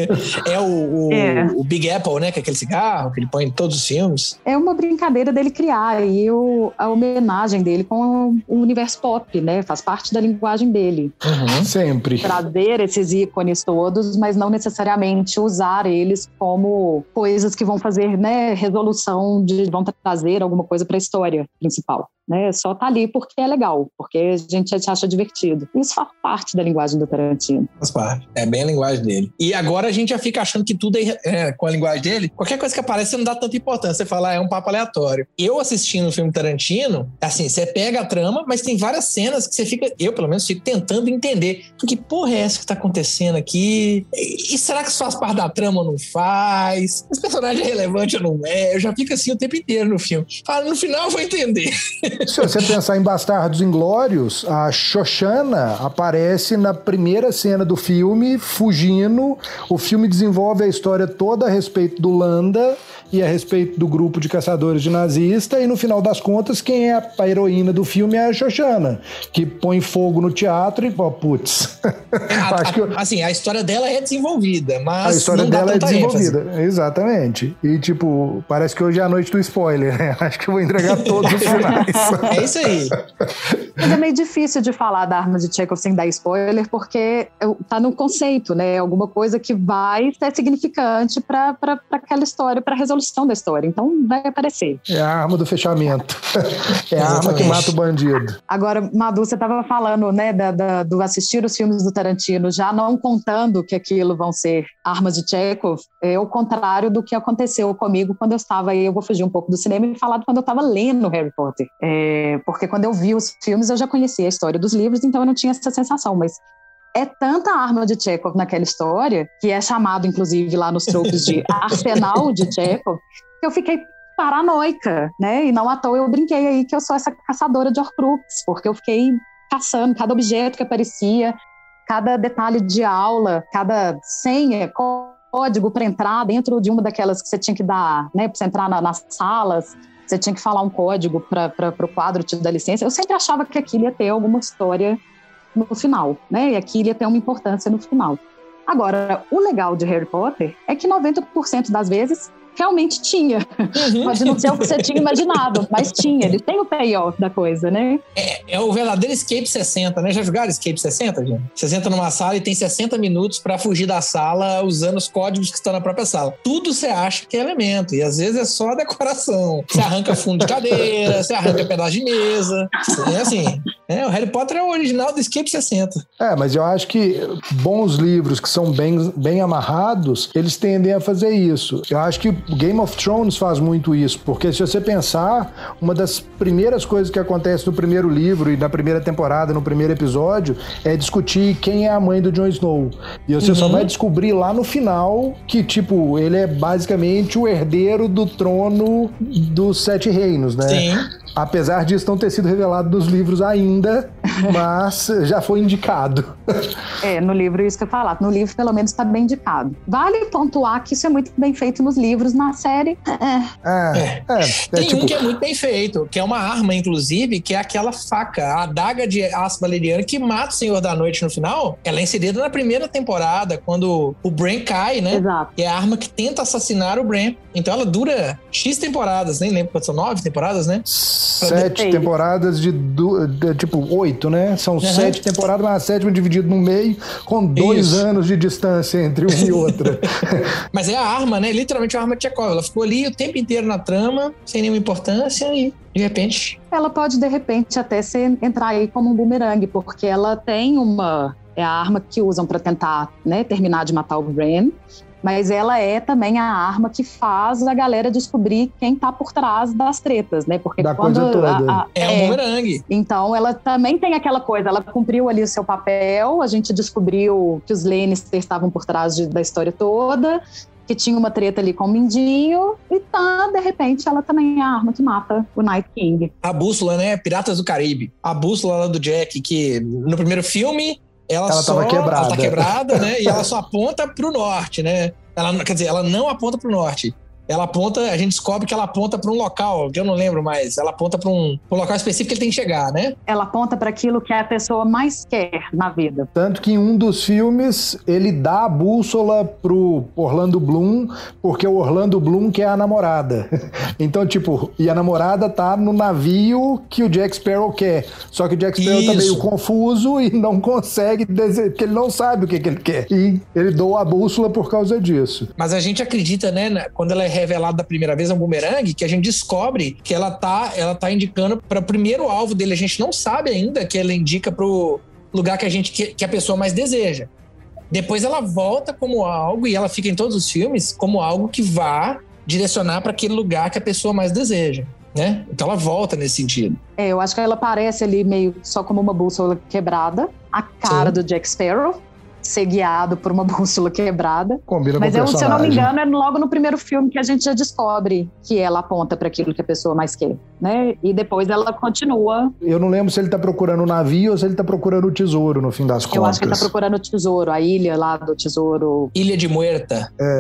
É o, o, é o Big Apple, né? Que é aquele cigarro que ele põe em todos os filmes. É uma brincadeira dele criar e o, a homenagem dele com o universo pop, né? Faz parte da linguagem dele. Uhum. Sempre. Trazer esses ícones todos, mas não necessariamente usar eles como coisas que vão fazer, né, resolução de vão trazer alguma coisa para a história principal, né? Só tá ali porque é legal, porque a gente acha divertido. Isso faz parte da linguagem do Tarantino. Faz parte. É bem a linguagem dele. E agora a gente já fica achando que tudo é, é com a linguagem dele. Qualquer coisa que aparece, você não dá tanta importância. Você fala, ah, é um papo aleatório. Eu assistindo o filme Tarantino, assim, você pega a trama, mas tem várias cenas que você fica, eu pelo menos fico tentando entender. Que porra é essa que tá acontecendo aqui? E, e será que isso faz parte da trama ou não faz? Esse personagem é relevante ou não é? Eu já fico assim o tempo inteiro no filme. Fala, no final eu vou entender. Se você pensar em Bastardos Inglórios, a Shoshana aparece na primeira cena do filme, fugindo. O filme desenvolve a história toda a respeito do Landa e a respeito do grupo de caçadores de nazista, e no final das contas, quem é a, a heroína do filme é a Shoshana, que põe fogo no teatro e, pô, putz. A, Acho que eu... Assim, a história dela é desenvolvida, mas a história não dá dela é tanta desenvolvida, ênfase. Exatamente. E, tipo, parece que hoje é a noite do spoiler, né? Acho que eu vou entregar todos os finais. É isso aí. Mas é meio difícil de falar da arma de Chekhov sem dar spoiler, porque tá no conceito, né? Alguma coisa que vai ser significante para aquela história, para a resolução da história. Então, vai aparecer. É a arma do fechamento. É a arma que mata o bandido. Agora, Madu, você estava falando, né, da, da, do assistir os filmes do Tarantino, já não contando que aquilo vão ser armas de Chekhov, é o contrário do que aconteceu comigo quando eu estava aí, eu vou fugir um pouco do cinema e falar de quando eu estava lendo Harry Potter. É, porque quando eu vi os filmes, eu já conhecia a história dos livros, então eu não tinha essa sensação, mas é tanta arma de Chekhov naquela história, que é chamado, inclusive, lá nos tropes de arsenal de Chekhov, que eu fiquei paranoica, né? E não à toa eu brinquei aí que eu sou essa caçadora de Horcrux, porque eu fiquei caçando cada objeto que aparecia, cada detalhe de aula, cada senha, código para entrar dentro de uma daquelas que você tinha que dar, né? Para você entrar na, nas salas, você tinha que falar um código para o quadro te dar licença. Eu sempre achava que aquilo ia ter alguma história no final, né? E aquilo ia ter uma importância no final. Agora, o legal de Harry Potter é que noventa por cento das vezes realmente tinha. Uhum. Pode não ser o que você tinha imaginado, mas tinha. Ele tem o payoff da coisa, né? É, é o verdadeiro Escape sessenta, né? Já jogaram Escape sessenta, gente? Você senta numa sala e tem sessenta minutos pra fugir da sala usando os códigos que estão na própria sala. Tudo você acha que é elemento, e às vezes é só decoração. Você arranca fundo de cadeira, você arranca pedaço de mesa. É assim. É, o Harry Potter é o original do Escape sessenta. É, mas eu acho que bons livros que são bem, bem amarrados, eles tendem a fazer isso. Eu acho que Game of Thrones faz muito isso, porque se você pensar, uma das primeiras coisas que acontece no primeiro livro e na primeira temporada, no primeiro episódio, é discutir quem é a mãe do Jon Snow. E você uhum. só vai descobrir lá no final que, tipo, ele é basicamente o herdeiro do trono dos Sete Reinos, né? Sim. Apesar disso não ter sido revelado nos livros ainda, mas já foi indicado. É, no livro isso que eu falar. No livro, pelo menos, está bem indicado. Vale pontuar que isso é muito bem feito nos livros, na série. É. É, é. é Tem é, tipo... um que é muito bem feito, que é uma arma, inclusive, que é aquela faca, a adaga de aço valeriano que mata o Senhor da Noite no final. Ela é inserida na primeira temporada, quando o Bran cai, né? Exato. Que é a arma que tenta assassinar o Bran. Então ela dura X temporadas, nem lembro quantas são, nove temporadas, né? Sete de... temporadas de, de, de, tipo, oito, né? São uhum. sete temporadas, mas a sétima dividida no meio, com dois Isso. anos de distância entre uma e outra. Mas é a arma, né? Literalmente a arma de Chekhov. Ela ficou ali o tempo inteiro na trama, sem nenhuma importância, e de repente... Ela pode, de repente, até ser, entrar aí como um bumerangue, porque ela tem uma... É a arma que usam para tentar, né, terminar de matar o Bran. Mas ela é também a arma que faz a galera descobrir quem tá por trás das tretas, né? Porque da quando coisa toda. A, a, é um bumerangue. Então, ela também tem aquela coisa, ela cumpriu ali o seu papel, a gente descobriu que os Lannister estavam por trás de, da história toda, que tinha uma treta ali com o Mindinho, e tá, de repente, ela também é a arma que mata o Night King. A bússola, né? Piratas do Caribe. A bússola lá do Jack, que no primeiro filme... Ela, ela só, tava quebrada. Ela tá quebrada, né? E ela só aponta pro norte, né? Ela, quer dizer, ela não aponta pro norte. Ela aponta, a gente descobre que ela aponta para um local, que eu não lembro mais. Ela aponta para um, um local específico que ele tem que chegar, né? Ela aponta para aquilo que a pessoa mais quer na vida. Tanto que em um dos filmes, ele dá a bússola pro Orlando Bloom, porque o Orlando Bloom quer a namorada. Então, tipo, e a namorada tá no navio que o Jack Sparrow quer. Só que o Jack Sparrow Isso. tá meio confuso e não consegue, porque ele não sabe o que, que ele quer. E ele doa a bússola por causa disso. Mas a gente acredita, né, quando ela é revelado da primeira vez, é um bumerangue, que a gente descobre que ela tá, ela tá indicando para o primeiro alvo dele. A gente não sabe ainda que ela indica pro lugar que a gente que, que a pessoa mais deseja. Depois ela volta como algo, e ela fica em todos os filmes como algo que vá direcionar para aquele lugar que a pessoa mais deseja, né? Então ela volta nesse sentido. É, eu acho que ela aparece ali meio só como uma bússola quebrada, a cara Sim. do Jack Sparrow, ser guiado por uma bússola quebrada. Combina Mas com eu, o se eu não me engano, é logo no primeiro filme que a gente já descobre que ela aponta para aquilo que a pessoa mais quer, né? E depois ela continua. Eu não lembro se ele tá procurando o navio ou se ele tá procurando o tesouro, no fim das contas. Eu acho que ele tá procurando o tesouro, a ilha lá do tesouro. Ilha de Muerta. É.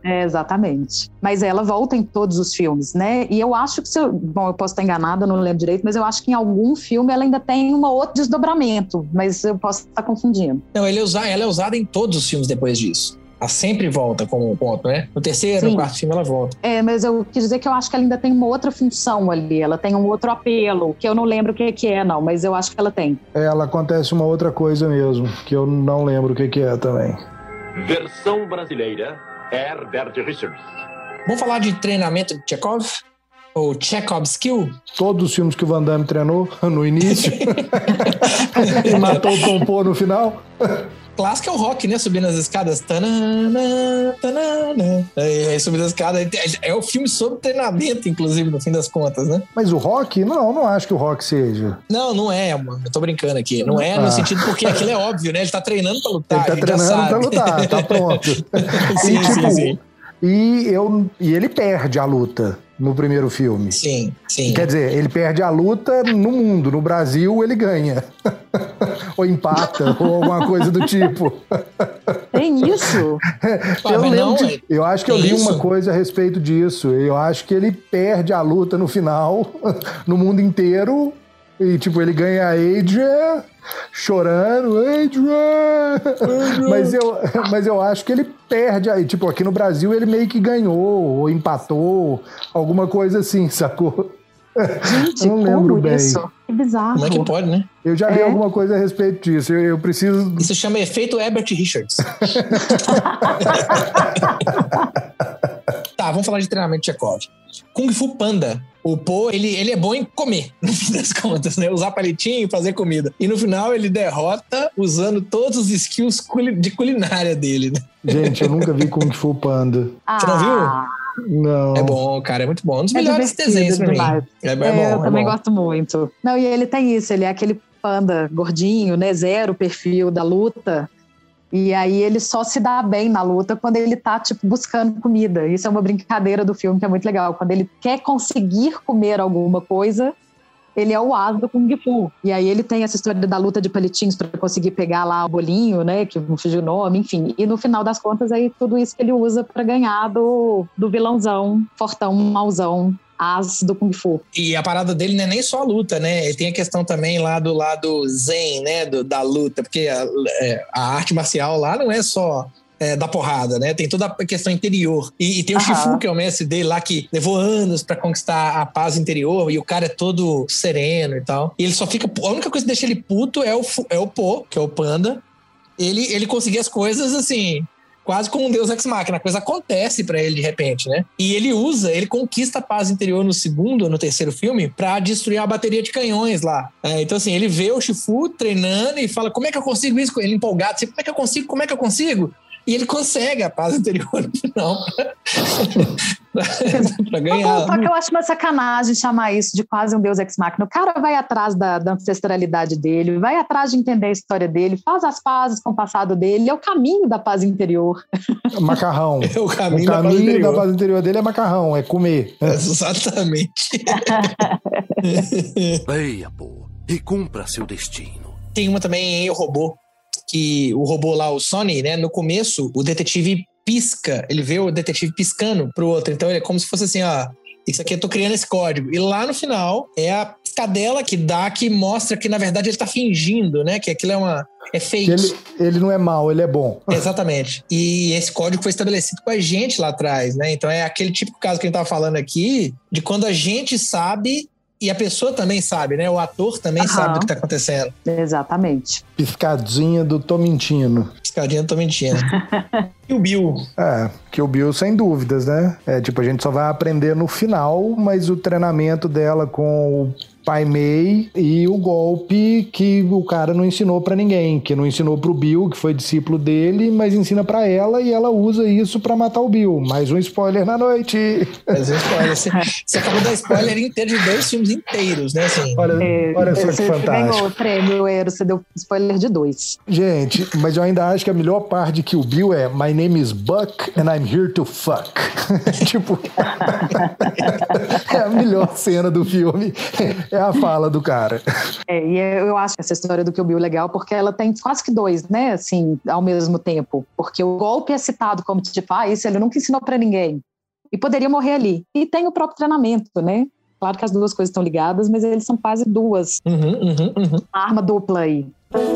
É, exatamente. Mas ela volta em todos os filmes, né? E eu acho que, se eu, bom, eu posso estar enganada, não lembro direito, mas eu acho que em algum filme ela ainda tem um outro desdobramento, mas eu posso estar confundindo. Não, ele é usa, ela é usada em todos os filmes depois disso. Ela sempre volta como ponto, né? No terceiro, Sim. no quarto filme ela volta. É, mas eu quis dizer que eu acho que ela ainda tem uma outra função ali, ela tem um outro apelo, que eu não lembro o que, que é, não, mas eu acho que ela tem. É, ela acontece uma outra coisa mesmo, que eu não lembro o que, que é também. Versão brasileira, Herbert Richards. Vamos falar de treinamento de Chekhov? Ou Chekhov's Skill? Todos os filmes que o Van Damme treinou no início e matou o Pompô no final. Clássico é o Rock, né? Subindo as escadas. Tanana, tanana. É, subindo as escadas. É o filme sobre treinamento, inclusive, no fim das contas, né? Mas o Rock? Não, não acho que o Rock seja. Não, não é, mano. Eu tô brincando aqui. Não é no Ah. sentido porque aquilo é óbvio, né? Ele tá treinando pra lutar. Ele tá a gente já treinando pra sabe. lutar, tá pronto. Sim, e, tipo, sim, sim. E, eu, e ele perde a luta no primeiro filme. Sim, sim. Quer dizer, ele perde a luta no mundo. No Brasil, ele ganha. Ou empata, ou alguma coisa do tipo. Tem isso? Ah, eu mas lembro não, de- é- eu acho que eu tem li isso? uma coisa a respeito disso. Eu acho que ele perde a luta no final, no mundo inteiro. E, tipo, ele ganha a Adrian chorando, Adrian! Mas eu, mas eu acho que ele perde. Aí, tipo, aqui no Brasil ele meio que ganhou, ou empatou, alguma coisa assim, sacou? Gente, Eu não lembro como bem. isso? Que bizarro. Como é que pode, né? Eu já li É? alguma coisa a respeito disso. Eu, eu preciso. Isso chama efeito Herbert Richards. Tá, vamos falar de treinamento de Chekhov. Kung Fu Panda. O Po, ele, ele é bom em comer, no fim das contas, né? Usar palitinho e fazer comida. E no final ele derrota usando todos os skills culi- de culinária dele, né? Gente, eu nunca vi Kung Fu Panda. Ah, Você não viu? Não. É bom, cara, é muito bom. Um dos É melhores divertido desenhos pra mim. demais. É, é É, bom, eu é também bom. gosto muito. Não, e ele tem isso, ele é aquele panda gordinho, né? Zero perfil da luta. E aí ele só se dá bem na luta quando ele tá, tipo, buscando comida. Isso é uma brincadeira do filme que é muito legal. Quando ele quer conseguir comer alguma coisa, ele é o as do Kung Fu. E aí ele tem essa história da luta de palitinhos para conseguir pegar lá o bolinho, né? Que não fugiu o nome, enfim. E no final das contas, aí tudo isso que ele usa para ganhar do, do vilãozão, fortão, mauzão, as do Kung Fu. E a parada dele não é nem só a luta, né? Tem a questão também lá do lado zen, né? Do, da luta, porque a, é, a arte marcial lá não é só é, da porrada, né? Tem toda a questão interior. E, e tem o Aham. Shifu, que é o mestre dele lá, que levou anos pra conquistar a paz interior, e o cara é todo sereno e tal. E ele só fica... A única coisa que deixa ele puto é o, fu- é o Po, que é o panda. Ele, ele conseguia as coisas, assim... Quase como um deus ex-machina, a coisa acontece pra ele de repente, né? E ele usa, ele conquista a paz interior no segundo ou no terceiro filme pra destruir a bateria de canhões lá. É, então assim, ele vê o Shifu treinando e fala, como é que eu consigo isso? Ele empolgado, assim, como é que eu consigo? Como é que eu consigo? E ele consegue a paz interior no final pra, pra ganhar. Só que eu acho uma sacanagem chamar isso de quase um deus ex-machina. O cara vai atrás da, da ancestralidade dele, vai atrás de entender a história dele, faz as pazes com o passado dele, é o caminho da paz interior. Macarrão. É o caminho, o da paz caminho interior. da paz interior dele é macarrão, é comer. Exatamente. Leia, pô, e cumpra seu destino. Tem uma também em Eu, Robô, que o robô lá, o Sonny, né, no começo, o detetive pisca, ele vê o detetive piscando pro outro, então ele é como se fosse assim, ó, isso aqui eu tô criando esse código. E lá no final, é a piscadela que dá, que mostra que na verdade ele tá fingindo, né, que aquilo é uma... é fake. Ele, ele não é mau, ele é bom. Exatamente. E esse código foi estabelecido com a gente lá atrás, né, então é aquele tipo de caso que a gente tava falando aqui, de quando a gente sabe... E a pessoa também sabe, né? O ator também Aham. sabe o que tá acontecendo. Exatamente. Piscadinha do Tô Mentindo. Piscadinha, eu tô mentindo. E o Bill? É, que o Bill, sem dúvidas, né? É, tipo, a gente só vai aprender no final, mas o treinamento dela com o Pai Mei e o golpe que o cara não ensinou pra ninguém, que não ensinou pro Bill, que foi discípulo dele, mas ensina pra ela e ela usa isso pra matar o Bill. Mais um spoiler na noite. Mas spoiler, você, você acabou de dar spoiler inteiro de dois filmes inteiros, né? Assim, Olha, É, olha só que você fantástico. ganhou o prêmio, Eero, você deu spoiler de dois. Gente, mas eu ainda acho que a melhor parte que o Bill é My name is Buck and I'm here to fuck. Tipo, é a melhor cena do filme. É a fala do cara. É, e eu acho essa história do Kill Bill legal porque ela tem quase que dois, né, assim, ao mesmo tempo. Porque o golpe é citado como tipo, ah, isso ele nunca ensinou pra ninguém. E poderia morrer ali. E tem o próprio treinamento, né? Claro que as duas coisas estão ligadas, mas eles são quase duas. Uhum, uhum, uhum. Arma dupla aí.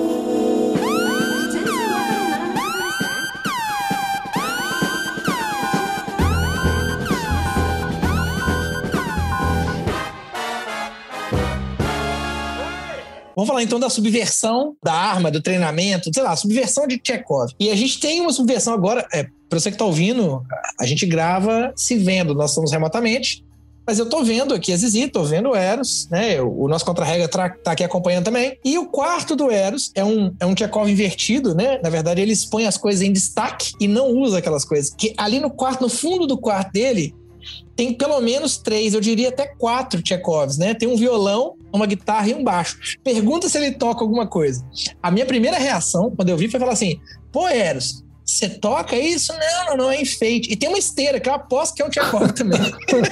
Vamos falar então da subversão da arma, do treinamento, sei lá, subversão de Chekhov. E a gente tem uma subversão agora, é, para você que tá ouvindo, a gente grava se vendo, nós estamos remotamente, mas eu tô vendo aqui a Zizi, tô vendo o Eros, né? O nosso contra-regra tá aqui acompanhando também. E o quarto do Eros é um, é um Chekhov invertido, né? Na verdade, ele expõe as coisas em destaque e não usa aquelas coisas. Que ali no quarto, no fundo do quarto dele, tem pelo menos três, eu diria até quatro Chekhovs, né? Tem um violão, uma guitarra e um baixo. Pergunta se ele toca alguma coisa. A minha primeira reação, quando eu vi, foi falar assim, pô, Eros, você toca isso? Não, não, não, é enfeite. E tem uma esteira, que eu aposto que é um Chekhov também.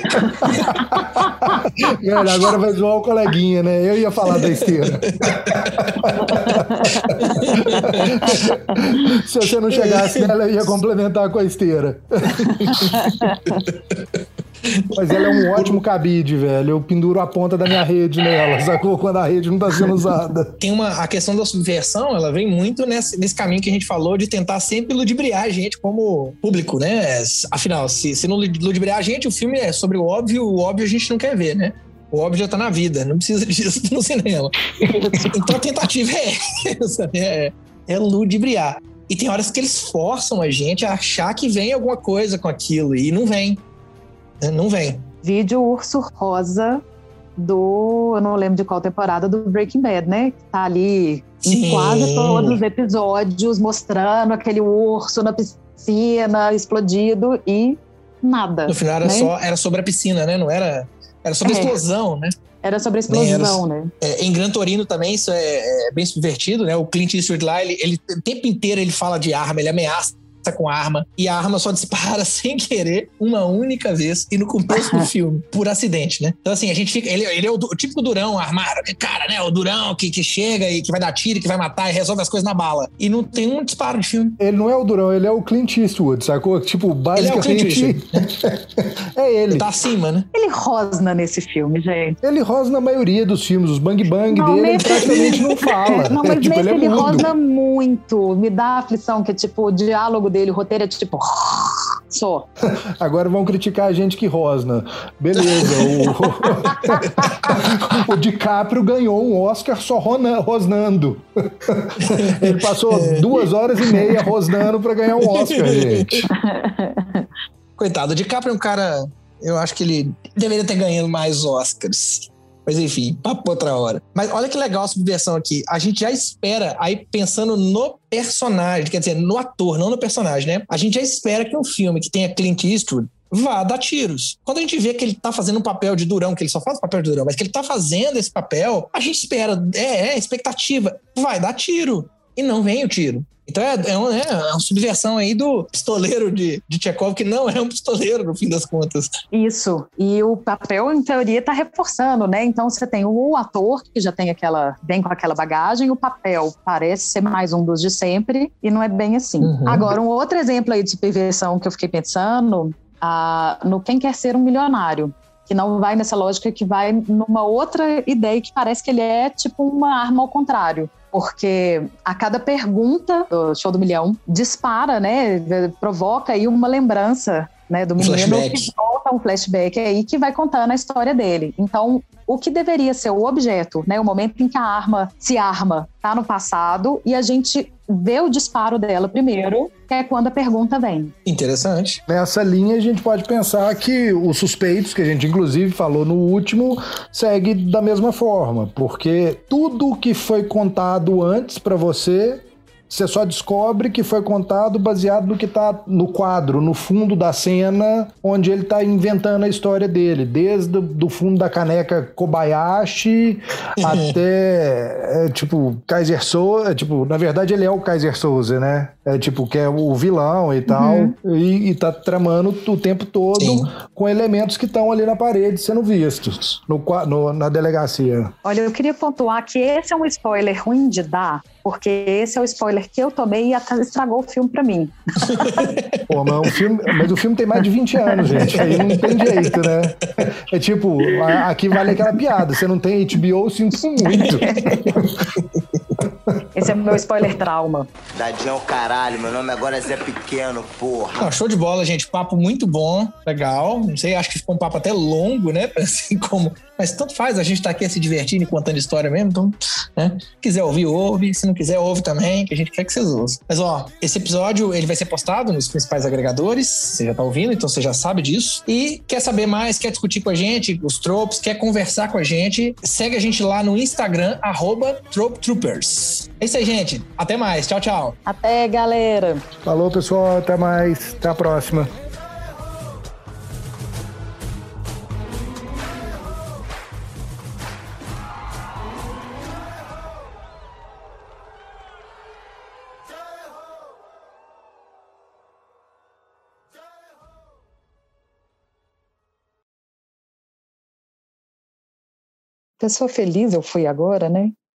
Velho, agora vai zoar o coleguinha, né? Eu ia falar da esteira. Se você não chegasse nela, eu ia complementar com a esteira. Mas ela é um ótimo cabide, velho. Eu penduro a ponta da minha rede nela, sacou? Quando a rede não tá sendo usada. Tem uma... A questão da subversão, ela vem muito nesse, nesse caminho que a gente falou de tentar sempre ludibriar a gente como público, né? Afinal, se, se não ludibriar a gente, o filme é sobre o óbvio, o óbvio a gente não quer ver, né? O óbvio já tá na vida, não precisa disso no cinema. Então a tentativa é essa, né? É ludibriar. E tem horas que eles forçam a gente a achar que vem alguma coisa com aquilo, e não vem. Não vem. Vídeo Urso Rosa do... Eu não lembro de qual temporada, do Breaking Bad, né? Que tá ali Sim. Em quase todos os episódios, mostrando aquele urso na piscina, explodido e nada. No final era, né? só, era sobre a piscina, né? Não era... Era sobre a É. explosão, né? Era sobre a explosão, Era- né? É, em Gran Torino também isso é, é bem subvertido, né? O Clint Eastwood lá, ele, ele o tempo inteiro ele fala de arma, ele ameaça com arma, e a arma só dispara sem querer uma única vez e no começo do filme, por acidente, né? Então assim, a gente fica, ele, ele é o, du- o típico durão armado, cara, né? O durão que, que chega e que vai dar tiro, que vai matar e resolve as coisas na bala. E não tem um disparo de filme. Ele não é o Durão, ele é o Clint Eastwood, sacou? Tipo, Ele é o Clint basicamente... é ele. Ele tá acima, né? Ele rosna nesse filme, gente. Ele rosa na maioria dos filmes, os bang bang Não, dele, ele nesse- praticamente não fala. Não, mas tipo, nesse ele é ele mudo. rosna muito. Me dá aflição, que é tipo, o diálogo dele, o roteiro é tipo... Só. Agora vão criticar a gente que rosna. Beleza, o... o DiCaprio ganhou um Oscar só rona- rosnando. Ele passou duas horas e meia rosnando pra ganhar um Oscar, gente. Coitado, o DiCaprio é um cara... Eu acho que ele deveria ter ganhado mais Oscars. Mas enfim, papo pra outra hora. Mas olha que legal a subversão aqui. A gente já espera, aí pensando no personagem, quer dizer, no ator, não no personagem, né? A gente já espera que um filme que tenha Clint Eastwood vá dar tiros. Quando a gente vê que ele tá fazendo um papel de durão, que ele só faz papel de durão, mas que ele tá fazendo esse papel, a gente espera, é, é expectativa, vai dar tiro. E não vem o tiro. Então é, é, uma, é uma subversão aí do pistoleiro de, de Chekhov, que não é um pistoleiro, no fim das contas. Isso. E o papel, em teoria, tá reforçando, né? Então você tem o ator, que já tem aquela, vem com aquela bagagem, o papel parece ser mais um dos de sempre, e não é bem assim. Uhum. Agora, um outro exemplo aí de subversão que eu fiquei pensando, ah, no Quem Quer Ser um Milionário, que não vai nessa lógica, que vai numa outra ideia que parece que ele é tipo uma arma ao contrário. Porque a cada pergunta do Show do Milhão dispara, né? Provoca aí uma lembrança, né, do menino flashback. que volta um flashback aí que vai contando a história dele. Então, o que deveria ser o objeto, né? O momento em que a arma se arma tá no passado e a gente vê o disparo dela primeiro, que é quando a pergunta vem. Interessante. Nessa linha, a gente pode pensar que os Suspeitos, que a gente inclusive falou no último, segue da mesma forma, porque tudo que foi contado antes pra você, você só descobre que foi contado baseado no que tá no quadro, no fundo da cena, onde ele tá inventando a história dele, desde o do fundo da caneca Kobayashi até, é, tipo, Kaiser Souza, tipo, na verdade ele é o Kaiser Souza, né? é tipo, que é o vilão e tal, Uhum. e, e tá tramando o tempo todo Sim. com elementos que estão ali na parede sendo vistos no, qua- no- na delegacia. Olha, eu queria pontuar que esse é um spoiler ruim de dar, porque esse é o spoiler que eu tomei e até estragou o filme pra mim. Pô, mas, o filme, mas o filme tem mais de vinte anos, gente. Aí não tem jeito, né? É tipo, a- aqui vale aquela piada. Você não tem H B O, sinto muito. Esse é o meu spoiler trauma. Dadinho é o caralho, meu nome agora é Zé Pequeno, porra. Não, show de bola, gente. Papo muito bom, legal. Não sei, acho que ficou um papo até longo, né? Assim como. Mas tanto faz, a gente tá aqui se divertindo e contando história mesmo. Então, né? Se quiser ouvir, ouve. Se não quiser, ouve também, que a gente quer que vocês ouçam. Mas, ó, esse episódio ele vai ser postado nos principais agregadores. Você já tá ouvindo, então você já sabe disso. E quer saber mais, quer discutir com a gente, os tropes, quer conversar com a gente, segue a gente lá no Instagram, arroba TropeTroopers. É isso aí, gente. Até mais. Tchau, tchau. Até, galera! Falou, pessoal. Até mais. Até a próxima. Pessoa feliz eu fui agora, né?